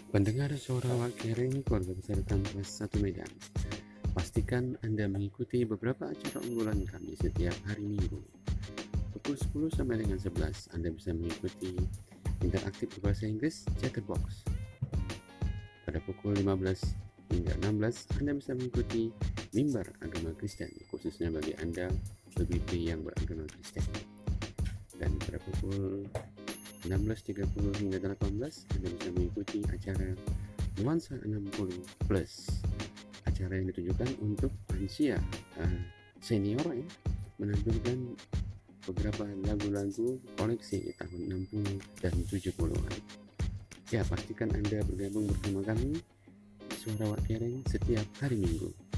Pendengar suara Wak Kering keluarga besar Kampus 1 Medan, pastikan Anda mengikuti beberapa acara unggulan kami setiap hari Minggu. Pukul 10 sampai dengan 11, Anda bisa mengikuti interaktif berbahasa Inggris Chatterbox. Pada pukul 15 hingga 16, Anda bisa mengikuti Mimbar Agama Kristen, khususnya bagi Anda PBB yang beragama Kristen. Dan pada pukul 16.30 hingga 18, Anda bisa mengikuti acara Nuansa 60 Plus, acara yang ditujukan untuk lansia senior ya, menampilkan beberapa lagu-lagu koleksi tahun 60 dan 70-an. Ya, pastikan Anda bergabung bersama kami Suara Wak Kering setiap hari Minggu.